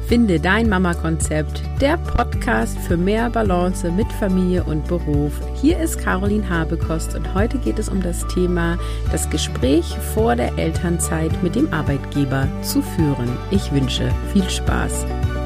Finde dein Mama-Konzept, der Podcast für mehr Balance mit Familie und Beruf. Hier ist Caroline Habekost und heute geht es um das Thema, das Gespräch vor der Elternzeit mit dem Arbeitgeber zu führen. Ich wünsche viel Spaß.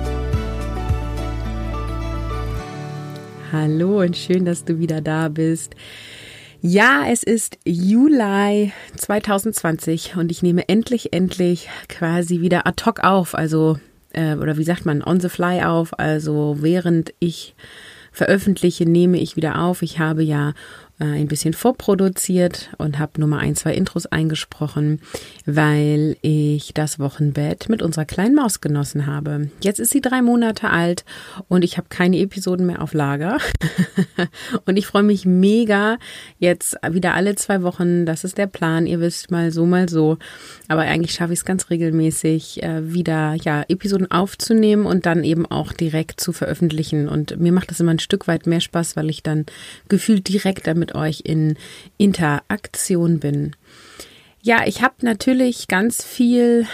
Hallo und schön, dass du wieder da bist. Ja, es ist Juli 2020 und ich nehme endlich quasi wieder ad hoc auf, also oder wie sagt man, on the fly auf, also während ich veröffentliche, nehme ich wieder auf. Ich habe ja ein bisschen vorproduziert und habe nur mal 1, 2 Intros eingesprochen, weil ich das Wochenbett mit unserer kleinen Maus genossen habe. Jetzt ist sie 3 Monate alt und ich habe keine Episoden mehr auf Lager. Und ich freue mich mega, jetzt wieder alle 2 Wochen, das ist der Plan, ihr wisst, mal so. Aber eigentlich schaffe ich es ganz regelmäßig, wieder Episoden aufzunehmen und dann eben auch direkt zu veröffentlichen. Und mir macht das immer ein Stück weit mehr Spaß, weil ich dann gefühlt direkt damit euch in Interaktion bin. Ja, ich habe natürlich ganz viel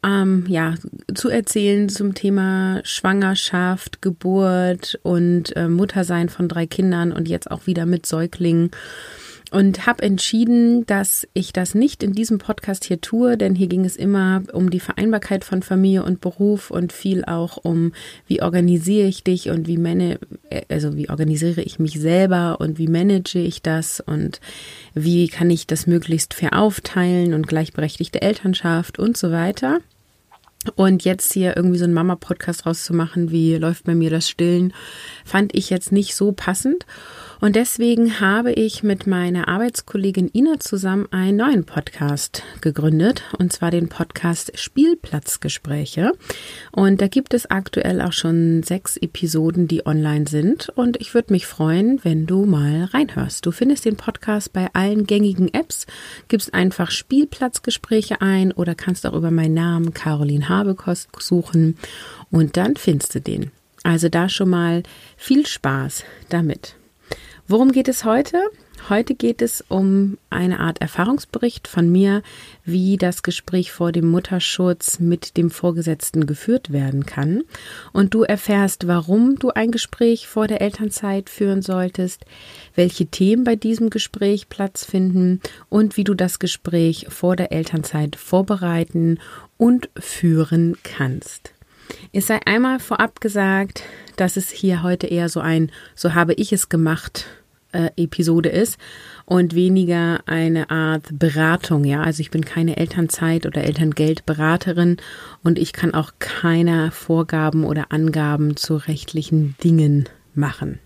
zu erzählen zum Thema Schwangerschaft, Geburt und Muttersein von 3 Kindern und jetzt auch wieder mit Säuglingen. Und habe entschieden, dass ich das nicht in diesem Podcast hier tue, denn hier ging es immer um die Vereinbarkeit von Familie und Beruf und viel auch um, wie organisiere ich dich und wie organisiere ich mich selber und wie manage ich das und wie kann ich das möglichst fair aufteilen und gleichberechtigte Elternschaft und so weiter. Und jetzt hier irgendwie so einen Mama-Podcast rauszumachen, wie läuft bei mir das Stillen, fand ich jetzt nicht so passend. Und deswegen habe ich mit meiner Arbeitskollegin Ina zusammen einen neuen Podcast gegründet, und zwar den Podcast Spielplatzgespräche. Und da gibt es aktuell auch schon 6 Episoden, die online sind. Und ich würde mich freuen, wenn du mal reinhörst. Du findest den Podcast bei allen gängigen Apps, gibst einfach Spielplatzgespräche ein oder kannst auch über meinen Namen Caroline Habekost suchen und dann findest du den. Also da schon mal viel Spaß damit. Worum geht es heute? Heute geht es um eine Art Erfahrungsbericht von mir, wie das Gespräch vor dem Mutterschutz mit dem Vorgesetzten geführt werden kann. Und du erfährst, warum du ein Gespräch vor der Elternzeit führen solltest, welche Themen bei diesem Gespräch Platz finden und wie du das Gespräch vor der Elternzeit vorbereiten und führen kannst. Es sei einmal vorab gesagt, dass es hier heute eher so habe ich es gemacht Episode ist und weniger eine Art Beratung, ja. Also ich bin keine Elternzeit- oder Elterngeldberaterin und ich kann auch keine Vorgaben oder Angaben zu rechtlichen Dingen machen.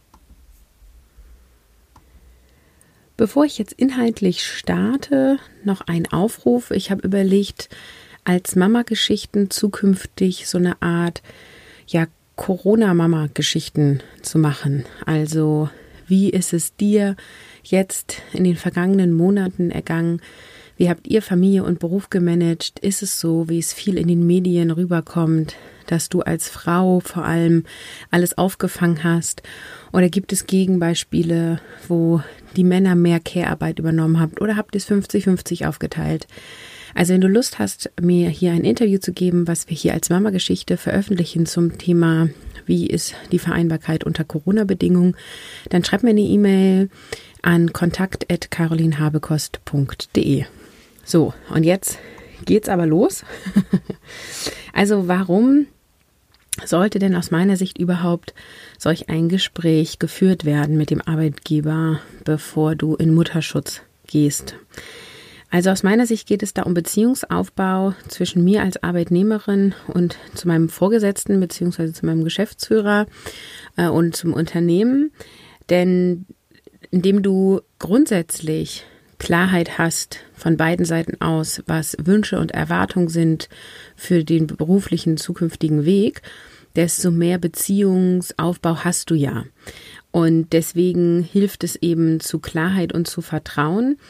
Bevor ich jetzt inhaltlich starte, noch ein Aufruf. Ich habe überlegt, als Mama-Geschichten zukünftig so eine Art, Corona-Mama-Geschichten zu machen. Also, wie ist es dir jetzt in den vergangenen Monaten ergangen? Wie habt ihr Familie und Beruf gemanagt? Ist es so, wie es viel in den Medien rüberkommt, dass du als Frau vor allem alles aufgefangen hast? Oder gibt es Gegenbeispiele, wo die Männer mehr Care-Arbeit übernommen habt? Oder habt ihr es 50-50 aufgeteilt? Also wenn du Lust hast, mir hier ein Interview zu geben, was wir hier als Mama-Geschichte veröffentlichen zum Thema, wie ist die Vereinbarkeit unter Corona-Bedingungen, dann schreib mir eine E-Mail an kontakt@carolinhabekost.de. So, und jetzt geht's aber los. Also warum sollte denn aus meiner Sicht überhaupt solch ein Gespräch geführt werden mit dem Arbeitgeber, bevor du in Mutterschutz gehst? Also aus meiner Sicht geht es da um Beziehungsaufbau zwischen mir als Arbeitnehmerin und zu meinem Vorgesetzten bzw. zu meinem Geschäftsführer und zum Unternehmen. Denn indem du grundsätzlich Klarheit hast von beiden Seiten aus, was Wünsche und Erwartungen sind für den beruflichen zukünftigen Weg, desto mehr Beziehungsaufbau hast du ja. Und deswegen hilft es eben zu Klarheit und zu Vertrauen.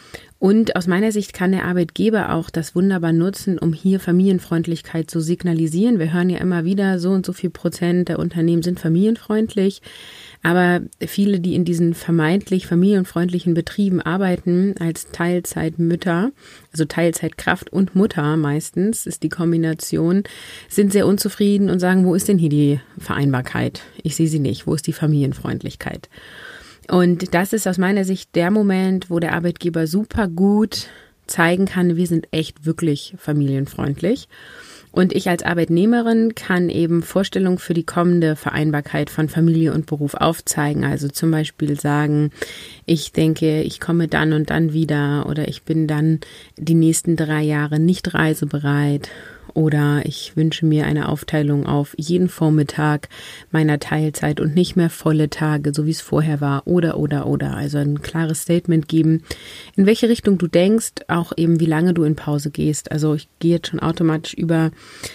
Und aus meiner Sicht kann der Arbeitgeber auch das wunderbar nutzen, um hier Familienfreundlichkeit zu signalisieren. Wir hören ja immer wieder, so und so viel Prozent der Unternehmen sind familienfreundlich. Aber viele, die in diesen vermeintlich familienfreundlichen Betrieben arbeiten, als Teilzeitmütter, also Teilzeitkraft und Mutter meistens, ist die Kombination, sind sehr unzufrieden und sagen, wo ist denn hier die Vereinbarkeit? Ich sehe sie nicht. Wo ist die Familienfreundlichkeit? Und das ist aus meiner Sicht der Moment, wo der Arbeitgeber super gut zeigen kann, wir sind echt wirklich familienfreundlich. Und ich als Arbeitnehmerin kann eben Vorstellungen für die kommende Vereinbarkeit von Familie und Beruf aufzeigen. Also zum Beispiel sagen, ich denke, ich komme dann und dann wieder oder ich bin dann die nächsten 3 Jahre nicht reisebereit. Oder ich wünsche mir eine Aufteilung auf jeden Vormittag meiner Teilzeit und nicht mehr volle Tage, so wie es vorher war. Oder. Also ein klares Statement geben, in welche Richtung du denkst, auch eben wie lange du in Pause gehst. Also ich gehe jetzt schon automatisch über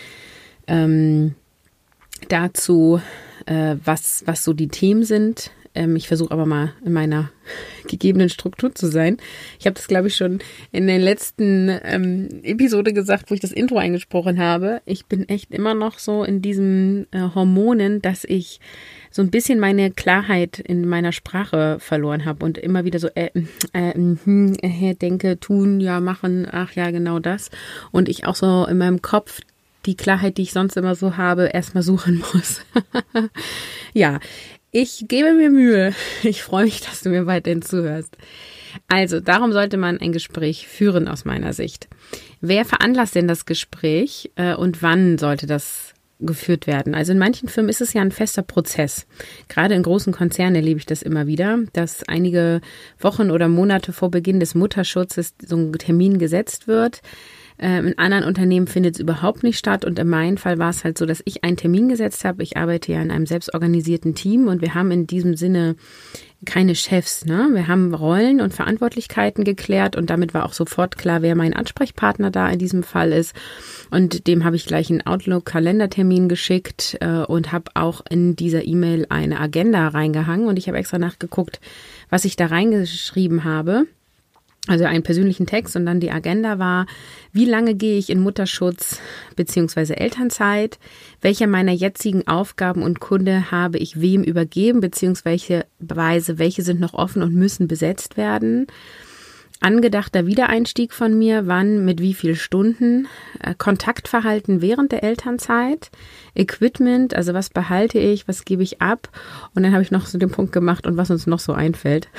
dazu, was so die Themen sind. Ich versuche aber mal in meiner gegebenen Struktur zu sein. Ich habe das, glaube ich, schon in der letzten Episode gesagt, wo ich das Intro eingesprochen habe. Ich bin echt immer noch so in diesen Hormonen, dass ich so ein bisschen meine Klarheit in meiner Sprache verloren habe und immer wieder so denke, tun, ja, machen, ach ja, genau das. Und ich auch so in meinem Kopf die Klarheit, die ich sonst immer so habe, erstmal suchen muss. Ja, ich gebe mir Mühe. Ich freue mich, dass du mir weiterhin zuhörst. Also, darum sollte man ein Gespräch führen aus meiner Sicht. Wer veranlasst denn das Gespräch und wann sollte das geführt werden? Also in manchen Firmen ist es ja ein fester Prozess. Gerade in großen Konzernen erlebe ich das immer wieder, dass einige Wochen oder Monate vor Beginn des Mutterschutzes so ein Termin gesetzt wird. In anderen Unternehmen findet es überhaupt nicht statt und in meinem Fall war es halt so, dass ich einen Termin gesetzt habe. Ich arbeite ja in einem selbstorganisierten Team und wir haben in diesem Sinne keine Chefs, ne? Wir haben Rollen und Verantwortlichkeiten geklärt und damit war auch sofort klar, wer mein Ansprechpartner da in diesem Fall ist. Und dem habe ich gleich einen Outlook-Kalendertermin geschickt und habe auch in dieser E-Mail eine Agenda reingehangen und ich habe extra nachgeguckt, was ich da reingeschrieben habe. Also einen persönlichen Text und dann die Agenda war, wie lange gehe ich in Mutterschutz bzw. Elternzeit, welche meiner jetzigen Aufgaben und Kunde habe ich wem übergeben bzw. welche sind noch offen und müssen besetzt werden, angedachter Wiedereinstieg von mir, wann, mit wie viel Stunden, Kontaktverhalten während der Elternzeit, Equipment, also was behalte ich, was gebe ich ab und dann habe ich noch so den Punkt gemacht und was uns noch so einfällt.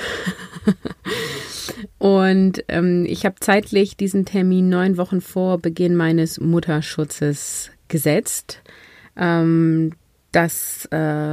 Und ich habe zeitlich diesen Termin 9 Wochen vor Beginn meines Mutterschutzes gesetzt. Das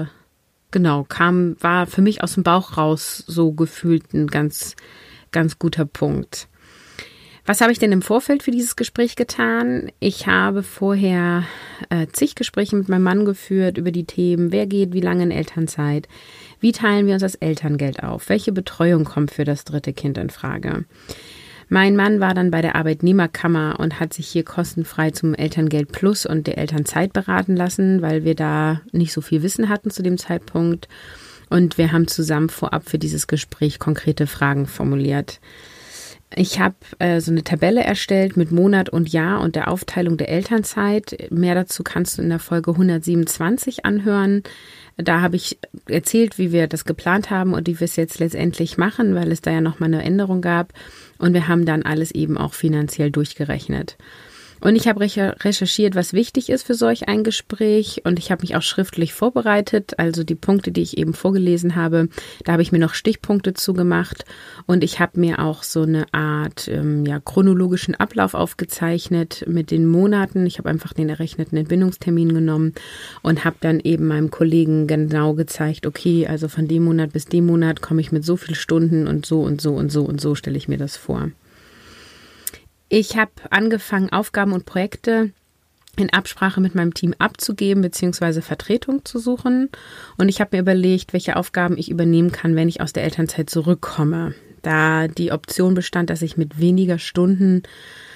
war für mich aus dem Bauch raus so gefühlt ein ganz, ganz guter Punkt. Was habe ich denn im Vorfeld für dieses Gespräch getan? Ich habe vorher zig Gespräche mit meinem Mann geführt über die Themen, wer geht wie lange in Elternzeit, wie teilen wir uns das Elterngeld auf, welche Betreuung kommt für das 3. Kind in Frage. Mein Mann war dann bei der Arbeitnehmerkammer und hat sich hier kostenfrei zum Elterngeld Plus und der Elternzeit beraten lassen, weil wir da nicht so viel Wissen hatten zu dem Zeitpunkt. Und wir haben zusammen vorab für dieses Gespräch konkrete Fragen formuliert. Ich habe so eine Tabelle erstellt mit Monat und Jahr und der Aufteilung der Elternzeit. Mehr dazu kannst du in der Folge 127 anhören. Da habe ich erzählt, wie wir das geplant haben und wie wir es jetzt letztendlich machen, weil es da ja nochmal eine Änderung gab. Und wir haben dann alles eben auch finanziell durchgerechnet. Und ich habe recherchiert, was wichtig ist für solch ein Gespräch und ich habe mich auch schriftlich vorbereitet, also die Punkte, die ich eben vorgelesen habe, da habe ich mir noch Stichpunkte zugemacht und ich habe mir auch so eine Art chronologischen Ablauf aufgezeichnet mit den Monaten. Ich habe einfach den errechneten Entbindungstermin genommen und habe dann eben meinem Kollegen genau gezeigt, okay, also von dem Monat bis dem Monat komme ich mit so viel Stunden und so und so und so und so stelle ich mir das vor. Ich habe angefangen, Aufgaben und Projekte in Absprache mit meinem Team abzugeben bzw. Vertretung zu suchen. Und ich habe mir überlegt, welche Aufgaben ich übernehmen kann, wenn ich aus der Elternzeit zurückkomme. Da die Option bestand, dass ich mit weniger Stunden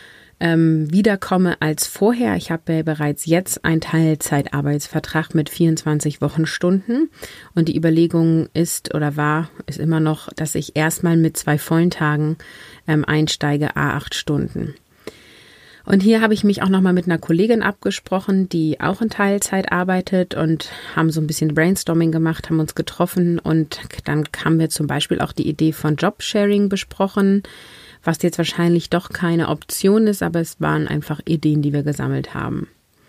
wiederkomme als vorher. Ich habe ja bereits jetzt einen Teilzeitarbeitsvertrag mit 24 Wochenstunden und die Überlegung ist immer noch, dass ich erstmal mit 2 vollen Tagen einsteige, 8 Stunden. Und hier habe ich mich auch nochmal mit einer Kollegin abgesprochen, die auch in Teilzeit arbeitet und haben so ein bisschen Brainstorming gemacht, haben uns getroffen und dann haben wir zum Beispiel auch die Idee von Jobsharing besprochen, was jetzt wahrscheinlich doch keine Option ist, aber es waren einfach Ideen, die wir gesammelt haben.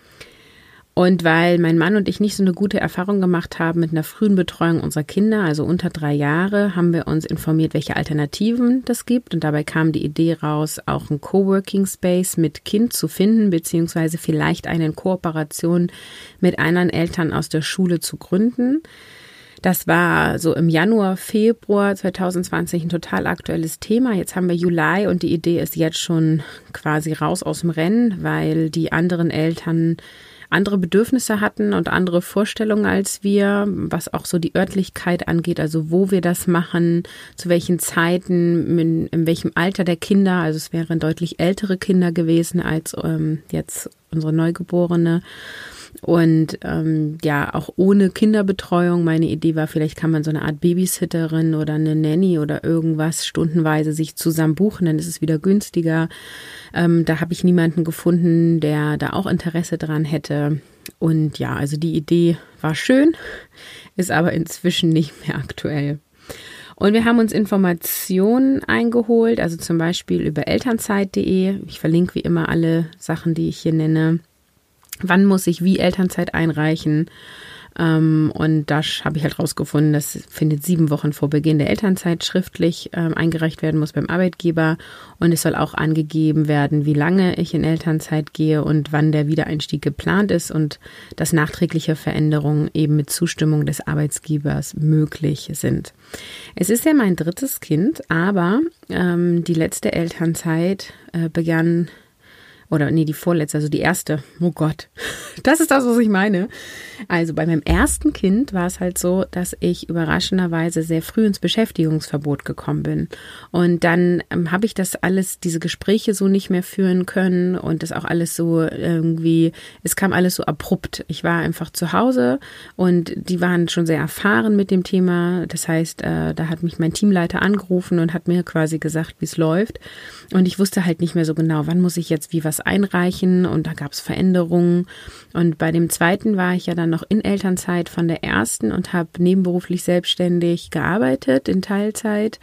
Und weil mein Mann und ich nicht so eine gute Erfahrung gemacht haben mit einer frühen Betreuung unserer Kinder, also unter 3 Jahre, haben wir uns informiert, welche Alternativen das gibt. Und dabei kam die Idee raus, auch einen Coworking Space mit Kind zu finden, beziehungsweise vielleicht eine Kooperation mit anderen Eltern aus der Schule zu gründen. Das war so im Januar, Februar 2020 ein total aktuelles Thema. Jetzt haben wir Juli und die Idee ist jetzt schon quasi raus aus dem Rennen, weil die anderen Eltern andere Bedürfnisse hatten und andere Vorstellungen als wir, was auch so die Örtlichkeit angeht, also wo wir das machen, zu welchen Zeiten, in welchem Alter der Kinder. Also es wären deutlich ältere Kinder gewesen als jetzt unsere Neugeborene. Und auch ohne Kinderbetreuung. Meine Idee war, vielleicht kann man so eine Art Babysitterin oder eine Nanny oder irgendwas stundenweise sich zusammen buchen, dann ist es wieder günstiger. Da habe ich niemanden gefunden, der da auch Interesse dran hätte. Und ja, also die Idee war schön, ist aber inzwischen nicht mehr aktuell. Und wir haben uns Informationen eingeholt, also zum Beispiel über elternzeit.de. Ich verlinke wie immer alle Sachen, die ich hier nenne. Wann muss ich wie Elternzeit einreichen? Und da habe ich halt rausgefunden, das findet 7 Wochen vor Beginn der Elternzeit schriftlich eingereicht werden muss beim Arbeitgeber. Und es soll auch angegeben werden, wie lange ich in Elternzeit gehe und wann der Wiedereinstieg geplant ist und dass nachträgliche Veränderungen eben mit Zustimmung des Arbeitgebers möglich sind. Es ist ja mein 3. Kind, aber die letzte Elternzeit begann die vorletzte, also die erste. Oh Gott, das ist das, was ich meine. Also bei meinem ersten Kind war es halt so, dass ich überraschenderweise sehr früh ins Beschäftigungsverbot gekommen bin. Und dann habe ich das alles, diese Gespräche so nicht mehr führen können und das auch alles so es kam alles so abrupt. Ich war einfach zu Hause und die waren schon sehr erfahren mit dem Thema. Das heißt, da hat mich mein Teamleiter angerufen und hat mir quasi gesagt, wie es läuft. Und ich wusste halt nicht mehr so genau, wann muss ich jetzt wie was einreichen und da gab es Veränderungen. Und bei dem zweiten war ich ja dann noch in Elternzeit von der ersten und habe nebenberuflich selbstständig gearbeitet in Teilzeit.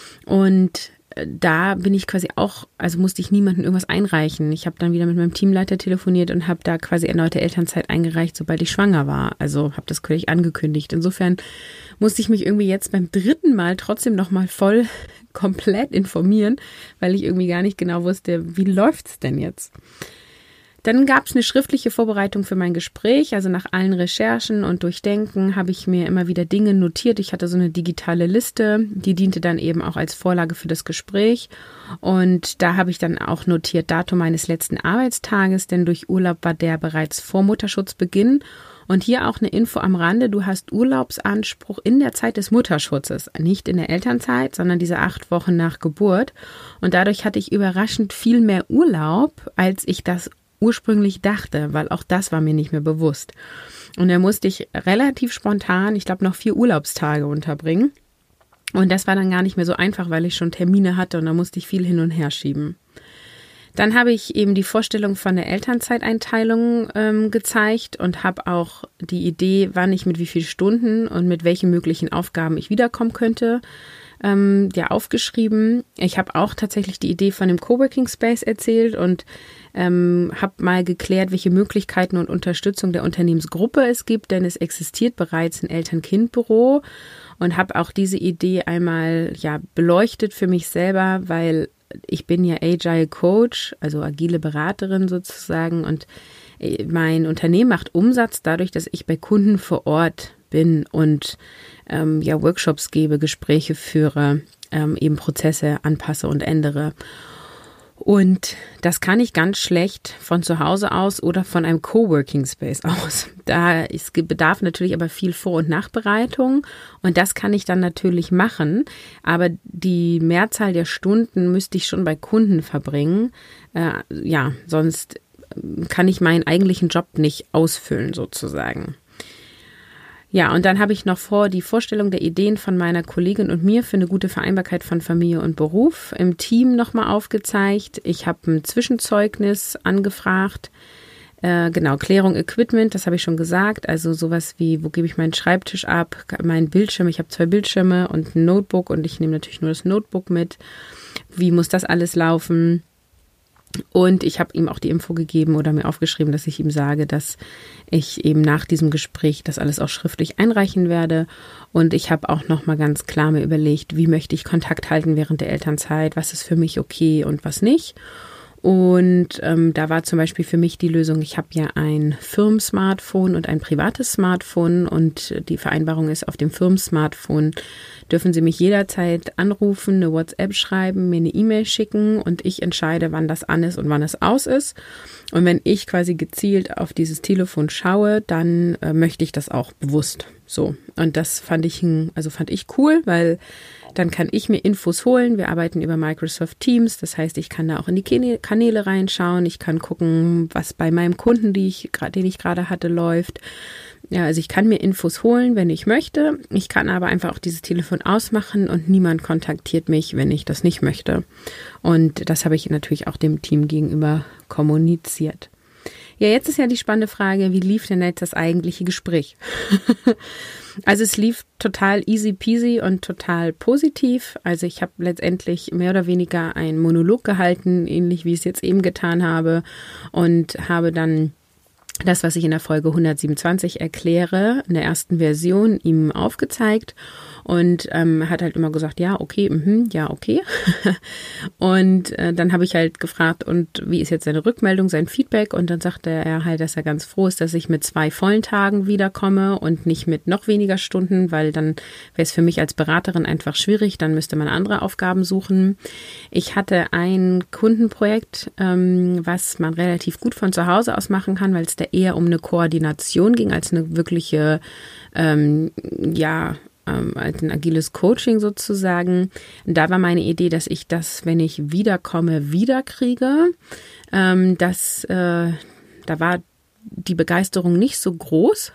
Und da bin ich quasi auch, also musste ich niemandem irgendwas einreichen. Ich habe dann wieder mit meinem Teamleiter telefoniert und habe da quasi erneute Elternzeit eingereicht, sobald ich schwanger war. Also habe das gleich angekündigt. Insofern musste ich mich irgendwie jetzt beim 3. Mal trotzdem nochmal voll komplett informieren, weil ich irgendwie gar nicht genau wusste, wie läuft's denn jetzt? Dann gab es eine schriftliche Vorbereitung für mein Gespräch, also nach allen Recherchen und Durchdenken habe ich mir immer wieder Dinge notiert. Ich hatte so eine digitale Liste, die diente dann eben auch als Vorlage für das Gespräch und da habe ich dann auch notiert Datum meines letzten Arbeitstages, denn durch Urlaub war der bereits vor Mutterschutzbeginn. Und hier auch eine Info am Rande, du hast Urlaubsanspruch in der Zeit des Mutterschutzes, nicht in der Elternzeit, sondern diese 8 Wochen nach Geburt. Und dadurch hatte ich überraschend viel mehr Urlaub, als ich das ursprünglich dachte, weil auch das war mir nicht mehr bewusst. Und da musste ich relativ spontan, ich glaube, noch 4 Urlaubstage unterbringen. Und das war dann gar nicht mehr so einfach, weil ich schon Termine hatte und da musste ich viel hin und her schieben. Dann habe ich eben die Vorstellung von der Elternzeiteinteilung gezeigt und habe auch die Idee, wann ich mit wie vielen Stunden und mit welchen möglichen Aufgaben ich wiederkommen könnte, aufgeschrieben. Ich habe auch tatsächlich die Idee von dem Coworking Space erzählt und habe mal geklärt, welche Möglichkeiten und Unterstützung der Unternehmensgruppe es gibt, denn es existiert bereits ein Eltern-Kind-Büro und habe auch diese Idee einmal beleuchtet für mich selber, weil ich bin ja Agile Coach, also agile Beraterin sozusagen und mein Unternehmen macht Umsatz dadurch, dass ich bei Kunden vor Ort bin und Workshops gebe, Gespräche führe, eben Prozesse anpasse und ändere. Und das kann ich ganz schlecht von zu Hause aus oder von einem Coworking Space aus. Es bedarf natürlich aber viel Vor- und Nachbereitung und das kann ich dann natürlich machen. Aber die Mehrzahl der Stunden müsste ich schon bei Kunden verbringen. Sonst kann ich meinen eigentlichen Job nicht ausfüllen sozusagen. Ja, und dann habe ich noch die Vorstellung der Ideen von meiner Kollegin und mir für eine gute Vereinbarkeit von Familie und Beruf im Team nochmal aufgezeigt. Ich habe ein Zwischenzeugnis angefragt. Klärung Equipment, das habe ich schon gesagt. Also sowas wie, wo gebe ich meinen Schreibtisch ab, meinen Bildschirm. Ich habe 2 Bildschirme und ein Notebook und ich nehme natürlich nur das Notebook mit. Wie muss das alles laufen? Und ich habe ihm auch die Info gegeben oder mir aufgeschrieben, dass ich ihm sage, dass ich eben nach diesem Gespräch das alles auch schriftlich einreichen werde. Und ich habe auch nochmal ganz klar mir überlegt, wie möchte ich Kontakt halten während der Elternzeit, was ist für mich okay und was nicht. Und da war zum Beispiel für mich die Lösung, ich habe ja ein Firmen-Smartphone und ein privates Smartphone und die Vereinbarung ist, auf dem Firmen-Smartphone dürfen Sie mich jederzeit anrufen, eine WhatsApp schreiben, mir eine E-Mail schicken und ich entscheide, wann das an ist und wann es aus ist. Und wenn ich quasi gezielt auf dieses Telefon schaue, dann möchte ich das auch bewusst so. Und das fand ich cool, weil dann kann ich mir Infos holen. Wir arbeiten über Microsoft Teams. Das heißt, ich kann da auch in die Kanäle reinschauen. Ich kann gucken, was bei meinem Kunden, den ich gerade hatte, läuft. Ja, also ich kann mir Infos holen, wenn ich möchte. Ich kann aber einfach auch dieses Telefon ausmachen und niemand kontaktiert mich, wenn ich das nicht möchte. Und das habe ich natürlich auch dem Team gegenüber kommuniziert. Ja, jetzt ist ja die spannende Frage, wie lief denn jetzt das eigentliche Gespräch? Also es lief total easy peasy und total positiv. Also ich habe letztendlich mehr oder weniger einen Monolog gehalten, ähnlich wie ich es jetzt eben getan habe und habe dann das, was ich in der Folge 127 erkläre, in der ersten Version, ihm aufgezeigt und hat halt immer gesagt, ja, okay, ja, okay. Und dann habe ich halt gefragt, und wie ist jetzt seine Rückmeldung, sein Feedback? Und dann sagte er halt, dass er ganz froh ist, dass ich mit 2 vollen Tagen wiederkomme und nicht mit noch weniger Stunden, weil dann wäre es für mich als Beraterin einfach schwierig, dann müsste man andere Aufgaben suchen. Ich hatte ein Kundenprojekt, was man relativ gut von zu Hause aus machen kann, weil es da eher um eine Koordination ging, als eine wirkliche, als ein agiles Coaching sozusagen. Da war meine Idee, dass ich das, wenn ich wiederkomme, wiederkriege. Da war die Begeisterung nicht so groß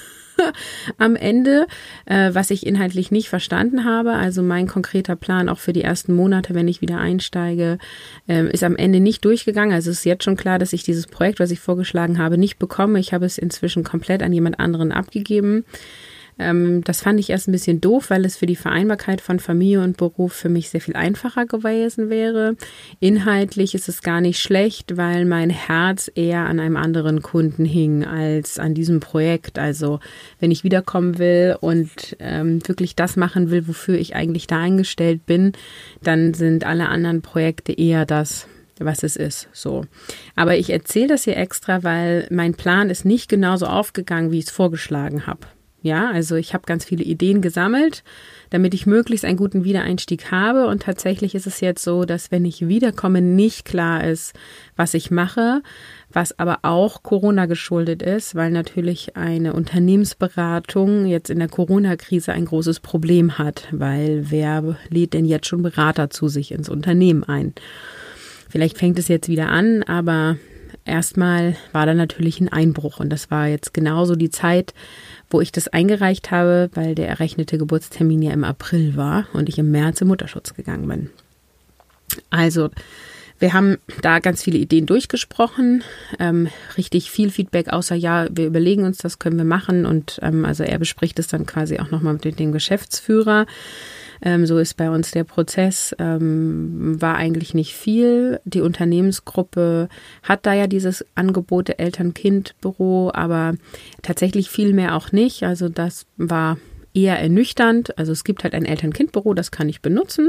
am Ende, was ich inhaltlich nicht verstanden habe. Also mein konkreter Plan auch für die ersten Monate, wenn ich wieder einsteige, ist am Ende nicht durchgegangen. Also es ist jetzt schon klar, dass ich dieses Projekt, was ich vorgeschlagen habe, nicht bekomme. Ich habe es inzwischen komplett an jemand anderen abgegeben. Das fand ich erst ein bisschen doof, weil es für die Vereinbarkeit von Familie und Beruf für mich sehr viel einfacher gewesen wäre. Inhaltlich ist es gar nicht schlecht, weil mein Herz eher an einem anderen Kunden hing als an diesem Projekt. Also wenn ich wiederkommen will und wirklich das machen will, wofür ich eigentlich da eingestellt bin, dann sind alle anderen Projekte eher das, was es ist, so. Aber ich erzähle das hier extra, weil mein Plan ist nicht genauso aufgegangen, wie ich es vorgeschlagen habe. Ja, also ich habe ganz viele Ideen gesammelt, damit ich möglichst einen guten Wiedereinstieg habe. Und tatsächlich ist es jetzt so, dass wenn ich wiederkomme, nicht klar ist, was ich mache, was aber auch Corona geschuldet ist, weil natürlich eine Unternehmensberatung jetzt in der Corona-Krise ein großes Problem hat, weil wer lädt denn jetzt schon Berater zu sich ins Unternehmen ein? Vielleicht fängt es jetzt wieder an, aber erstmal war da natürlich ein Einbruch und das war jetzt genauso die Zeit, wo ich das eingereicht habe, weil der errechnete Geburtstermin ja im April war und ich im März im Mutterschutz gegangen bin. Also wir haben da ganz viele Ideen durchgesprochen, richtig viel Feedback, außer ja, wir überlegen uns, das können wir machen und also er bespricht es dann quasi auch nochmal mit dem Geschäftsführer. So ist bei uns der Prozess, war eigentlich nicht viel. Die Unternehmensgruppe hat da ja dieses Angebot der Eltern-Kind-Büro, aber tatsächlich viel mehr auch nicht. Also das war eher ernüchternd. Also es gibt halt ein Eltern-Kind-Büro, das kann ich benutzen.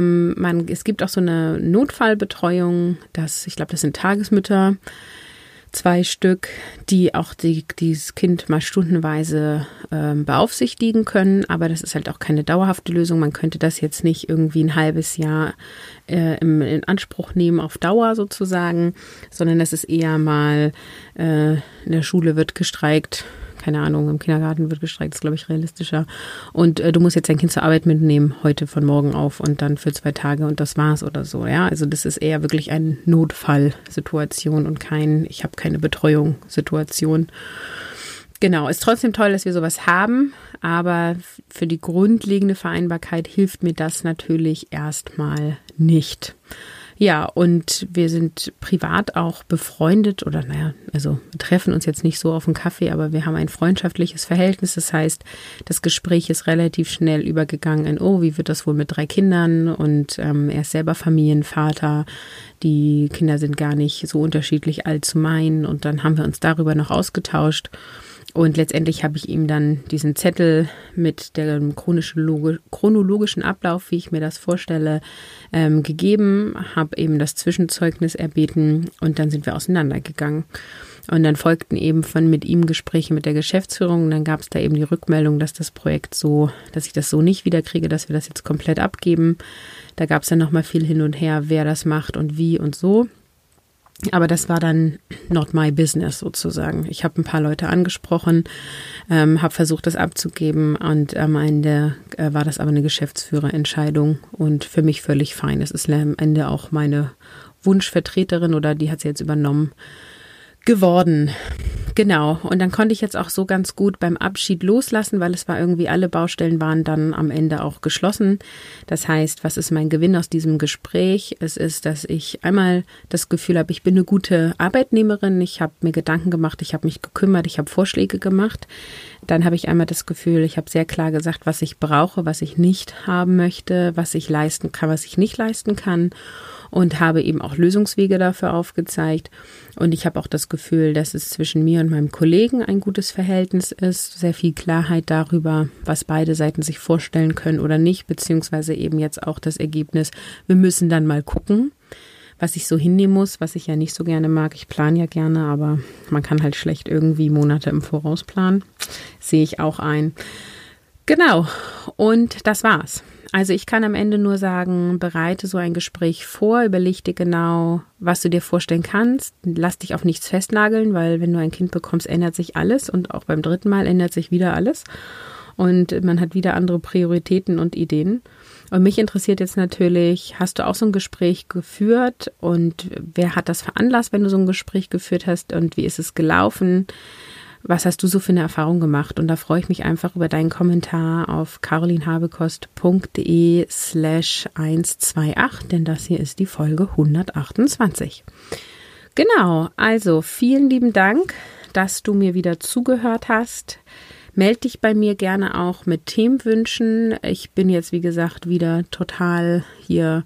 Es gibt auch so eine Notfallbetreuung, ich glaube, das sind Tagesmütter. 2 Stück, die auch dieses Kind mal stundenweise beaufsichtigen können. Aber das ist halt auch keine dauerhafte Lösung. Man könnte das jetzt nicht irgendwie ein halbes Jahr in Anspruch nehmen auf Dauer sozusagen, sondern das ist eher mal in der Schule wird gestreikt. Keine Ahnung, im Kindergarten wird gestreikt, ist, glaube ich, realistischer. Und du musst jetzt dein Kind zur Arbeit mitnehmen, heute von morgen auf und dann für 2 Tage und das war's oder so, ja. Also das ist eher wirklich eine Notfallsituation und ich habe keine Betreuungssituation. Genau, ist trotzdem toll, dass wir sowas haben, aber für die grundlegende Vereinbarkeit hilft mir das natürlich erstmal nicht. Ja, und wir sind privat auch befreundet oder also wir treffen uns jetzt nicht so auf einen Kaffee, aber wir haben ein freundschaftliches Verhältnis. Das heißt, das Gespräch ist relativ schnell übergegangen in, wie wird das wohl mit 3 Kindern? Und er ist selber Familienvater. Die Kinder sind gar nicht so unterschiedlich alt zu meinen. Und dann haben wir uns darüber noch ausgetauscht. Und letztendlich habe ich ihm dann diesen Zettel mit dem chronologischen Ablauf, wie ich mir das vorstelle, gegeben, habe eben das Zwischenzeugnis erbeten und dann sind wir auseinandergegangen. Und dann folgten eben mit ihm Gespräche mit der Geschäftsführung und dann gab es da eben die Rückmeldung, dass das Projekt dass ich das so nicht wiederkriege, dass wir das jetzt komplett abgeben. Da gab es dann nochmal viel hin und her, wer das macht und wie und so. Aber das war dann not my business sozusagen. Ich habe ein paar Leute angesprochen, habe versucht, das abzugeben und am Ende war das aber eine Geschäftsführerentscheidung und für mich völlig fein. Es ist am Ende auch meine Wunschvertreterin oder die hat sie jetzt übernommen geworden. Genau. Und dann konnte ich jetzt auch so ganz gut beim Abschied loslassen, weil es war irgendwie, alle Baustellen waren dann am Ende auch geschlossen. Das heißt, was ist mein Gewinn aus diesem Gespräch? Es ist, dass ich einmal das Gefühl habe, ich bin eine gute Arbeitnehmerin. Ich habe mir Gedanken gemacht, ich habe mich gekümmert, ich habe Vorschläge gemacht. Dann habe ich einmal das Gefühl, ich habe sehr klar gesagt, was ich brauche, was ich nicht haben möchte, was ich leisten kann, was ich nicht leisten kann. Und habe eben auch Lösungswege dafür aufgezeigt. Und ich habe auch das Gefühl, dass es zwischen mir und meinem Kollegen ein gutes Verhältnis ist. Sehr viel Klarheit darüber, was beide Seiten sich vorstellen können oder nicht. Beziehungsweise eben jetzt auch das Ergebnis, wir müssen dann mal gucken, was ich so hinnehmen muss, was ich ja nicht so gerne mag. Ich plane ja gerne, aber man kann halt schlecht irgendwie Monate im Voraus planen. Sehe ich auch ein. Genau. Und das war's. Also ich kann am Ende nur sagen, bereite so ein Gespräch vor, überleg dir genau, was du dir vorstellen kannst. Lass dich auf nichts festnageln, weil wenn du ein Kind bekommst, ändert sich alles und auch beim 3. Mal ändert sich wieder alles. Und man hat wieder andere Prioritäten und Ideen. Und mich interessiert jetzt natürlich, hast du auch so ein Gespräch geführt und wer hat das veranlasst, wenn du so ein Gespräch geführt hast und wie ist es gelaufen? Was hast du so für eine Erfahrung gemacht? Und da freue ich mich einfach über deinen Kommentar auf carolinhabekost.de/128, denn das hier ist die Folge 128. Genau, also vielen lieben Dank, dass du mir wieder zugehört hast. Meld dich bei mir gerne auch mit Themenwünschen. Ich bin jetzt, wie gesagt, wieder total hier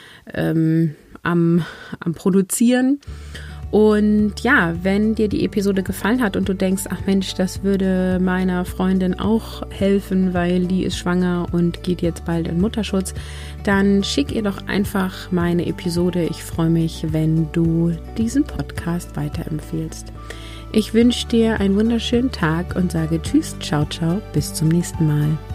am Produzieren. Und ja, wenn dir die Episode gefallen hat und du denkst, ach Mensch, das würde meiner Freundin auch helfen, weil die ist schwanger und geht jetzt bald in Mutterschutz, dann schick ihr doch einfach meine Episode. Ich freue mich, wenn du diesen Podcast weiterempfehlst. Ich wünsche dir einen wunderschönen Tag und sage Tschüss, ciao, ciao, bis zum nächsten Mal.